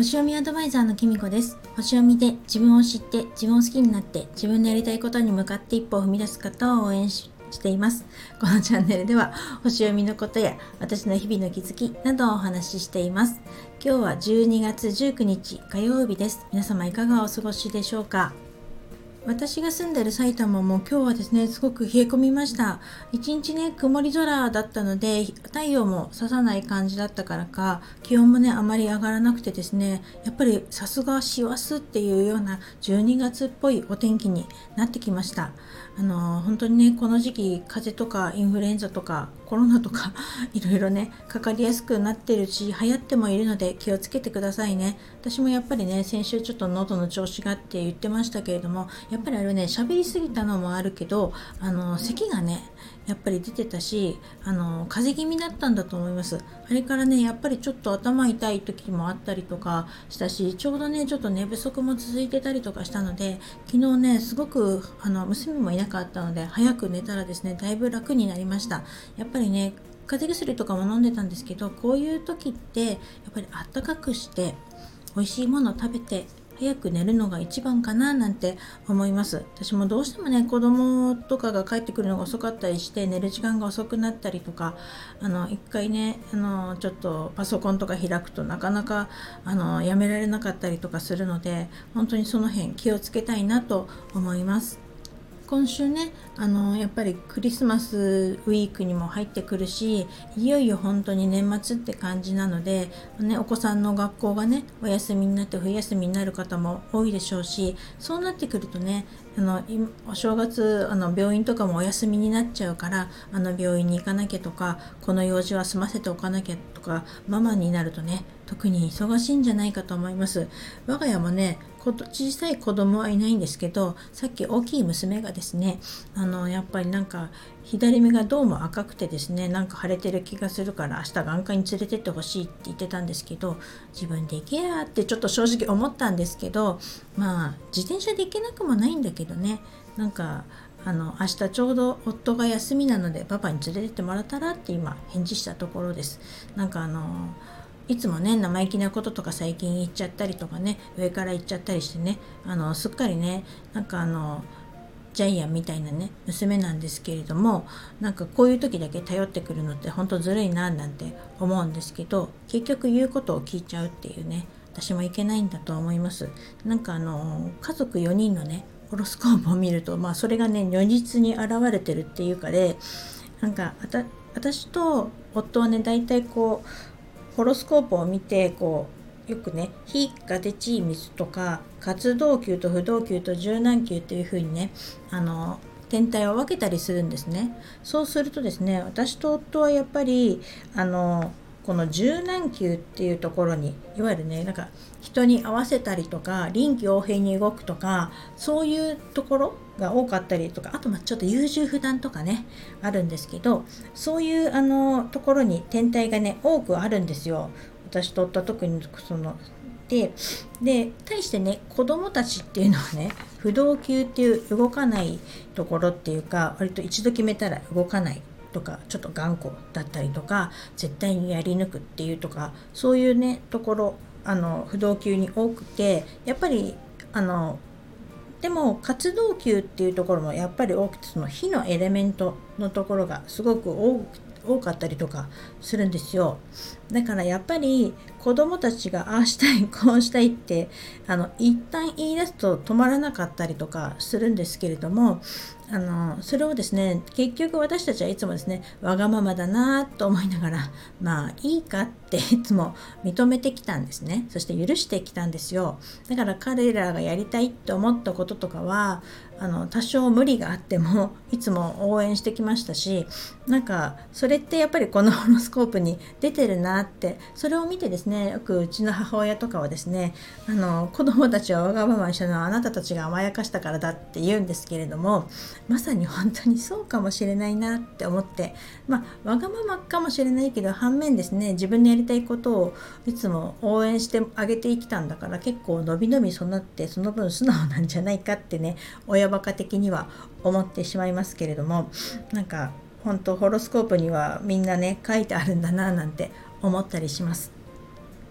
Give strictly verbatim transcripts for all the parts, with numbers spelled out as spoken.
星読みアドバイザーのきみこです。星読みで自分を知って自分を好きになって自分のやりたいことに向かって一歩を踏み出す方を応援ししています。このチャンネルでは星読みのことや私の日々の気づきなどをお話ししています。今日はじゅうにがつじゅうくにち火曜日です。皆様いかがお過ごしでしょうか。私が住んでる埼玉も今日はですねすごく冷え込みました。一日ね曇り空だったので太陽も差さない感じだったからか気温もねあまり上がらなくてですね、やっぱりさすが師走っていうようなじゅうにがつっぽいお天気になってきました。あの本当にねこの時期風邪とかインフルエンザとかコロナとかいろいろねかかりやすくなってるし流行ってもいるので気をつけてくださいね。私もやっぱりね先週ちょっと喉の調子がって言ってましたけれども、やっぱりあれね喋りすぎたのもあるけどあの咳がねやっぱり出てたし、あの風邪気味だったんだと思います。あれからねやっぱりちょっと頭痛い時もあったりとかしたし、ちょうどねちょっと寝不足も続いてたりとかしたので、昨日ねすごくあの娘もいなかったので早く寝たらですねだいぶ楽になりました。やっぱりね風邪薬とかも飲んでたんですけど、こういう時ってやっぱりあったかくして美味しいものを食べて早く寝るのが一番かななんて思います。私もどうしてもね子供とかが帰ってくるのが遅かったりして寝る時間が遅くなったりとか、あの一回ねあのちょっとパソコンとか開くとなかなかあのやめられなかったりとかするので、本当にその辺気をつけたいなと思います。今週ねあのやっぱりクリスマスウィークにも入ってくるし、いよいよ本当に年末って感じなので、ね、お子さんの学校がねお休みになって冬休みになる方も多いでしょうし、そうなってくるとねあのお正月あの病院とかもお休みになっちゃうから、あの病院に行かなきゃとかこの用事は済ませておかなきゃとか、ママになるとね特に忙しいんじゃないかと思います。我が家もね小さい子供はいないんですけど、さっき大きい娘がですねあのやっぱりなんか左目がどうも赤くてですね、なんか腫れてる気がするから明日眼科に連れてってほしいって言ってたんですけど、自分で行けやってちょっと正直思ったんですけど、まあ自転車で行けなくもないんだけどね、なんかあの明日ちょうど夫が休みなのでパパに連れてってもらったらって今返事したところです。なんかあのいつもね生意気なこととか最近言っちゃったりとかね、上から言っちゃったりしてね、あのすっかりねなんかあのジャイアンみたいなね娘なんですけれども、なんかこういう時だけ頼ってくるのって本当ずるいななんて思うんですけど、結局言うことを聞いちゃうっていうね、私もいけないんだと思います。なんかあの家族よにんのねホロスコープを見ると、まあそれがね如実に現れてるっていうかで、なんかあた私と夫はねだいたいこうホロスコープを見てこうよくね非ガテチーミスとか活動球と不動球と柔軟球っていう風にねあの天体を分けたりするんですね。そうするとですね、私と夫はやっぱりあのこの柔軟球っていうところにいわゆるねなんか人に合わせたりとか臨機応変に動くとかそういうところが多かったりとか、あとまあちょっと優柔不断とかねあるんですけど、そういうあのところに天体がね多くあるんですよ。私と夫は特にそのでで対してね子供たちっていうのはね不動級っていう動かないところっていうか、割と一度決めたら動かないとかちょっと頑固だったりとか絶対にやり抜くっていうとか、そういうねところあの不動級に多くて、やっぱりあのでも活動球っていうところもやっぱり多くて、その火のエレメントのところがすごく多く多かったりとかするんですよ。だからやっぱり子供たちがああしたいこうしたいってあの一旦言い出すと止まらなかったりとかするんですけれども、あのそれをですね結局私たちはいつもですねわがままだなと思いながらまあいいかっていつも認めてきたんですね。そして許してきたんですよ。だから彼らがやりたいって思ったこととかはあの多少無理があってもいつも応援してきましたし、なんかそれってやっぱりこのホロスコープに出てるなって、それを見てですねよくうちの母親とかはですねあの子供たちはわがままにしたのはあなたたちが甘やかしたからだって言うんですけれども、まさに本当にそうかもしれないなって思って、まあわがままかもしれないけど反面ですね自分のやりたいことをいつも応援してあげてきたんだから、結構のびのび育ってその分素直なんじゃないかってね親バカ的には思ってしまいますけれども、なんか本当ホロスコープにはみんなね書いてあるんだななんて思ったりします。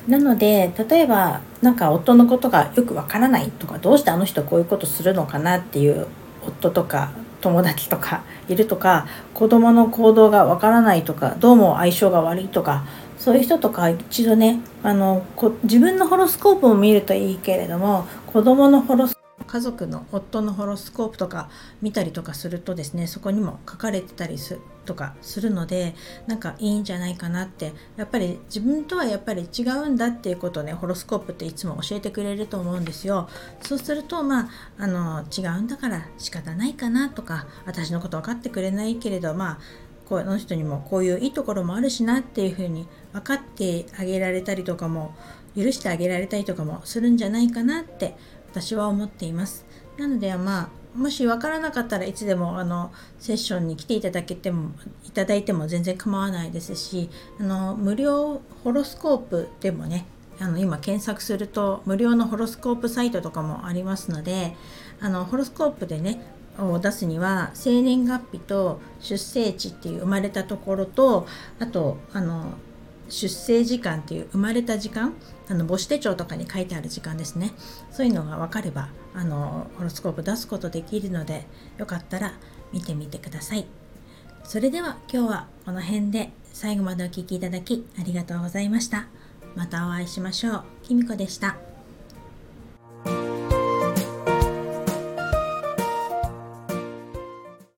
なので例えばなんか夫のことがよくわからないとか、どうしてあの人こういうことするのかなっていう夫とか友達とかいるとか、子供の行動がわからないとか、どうも相性が悪いとか、そういう人とか一度ね、あのこ自分のホロスコープを見るといいけれども、子供のホロス家族の夫のホロスコープとか見たりとかするとですね、そこにも書かれてたりするとかするので、なんかいいんじゃないかなって、やっぱり自分とはやっぱり違うんだっていうことをね、ホロスコープっていつも教えてくれると思うんですよ。そうするとまああの違うんだから仕方ないかなとか、私のこと分かってくれないけれど、まあこの人にもこういういいところもあるしなっていうふうに分かってあげられたりとかも、許してあげられたりとかもするんじゃないかなって私は思っています。なのでまあもし分からなかったらいつでもあのセッションに来ていただけてもいただいても全然構わないですし、あの無料ホロスコープでもね、あの今検索すると無料のホロスコープサイトとかもありますので、あのホロスコープでねを出すには生年月日と出生地っていう生まれたところと、あとあの出生時間っていう生まれた時間、あの母子手帳とかに書いてある時間ですね、そういうのが分かればあのホロスコープ出すことできるので、よかったら見てみてください。それでは今日はこの辺で、最後までお聞きいただきありがとうございました。またお会いしましょう。きみこでした。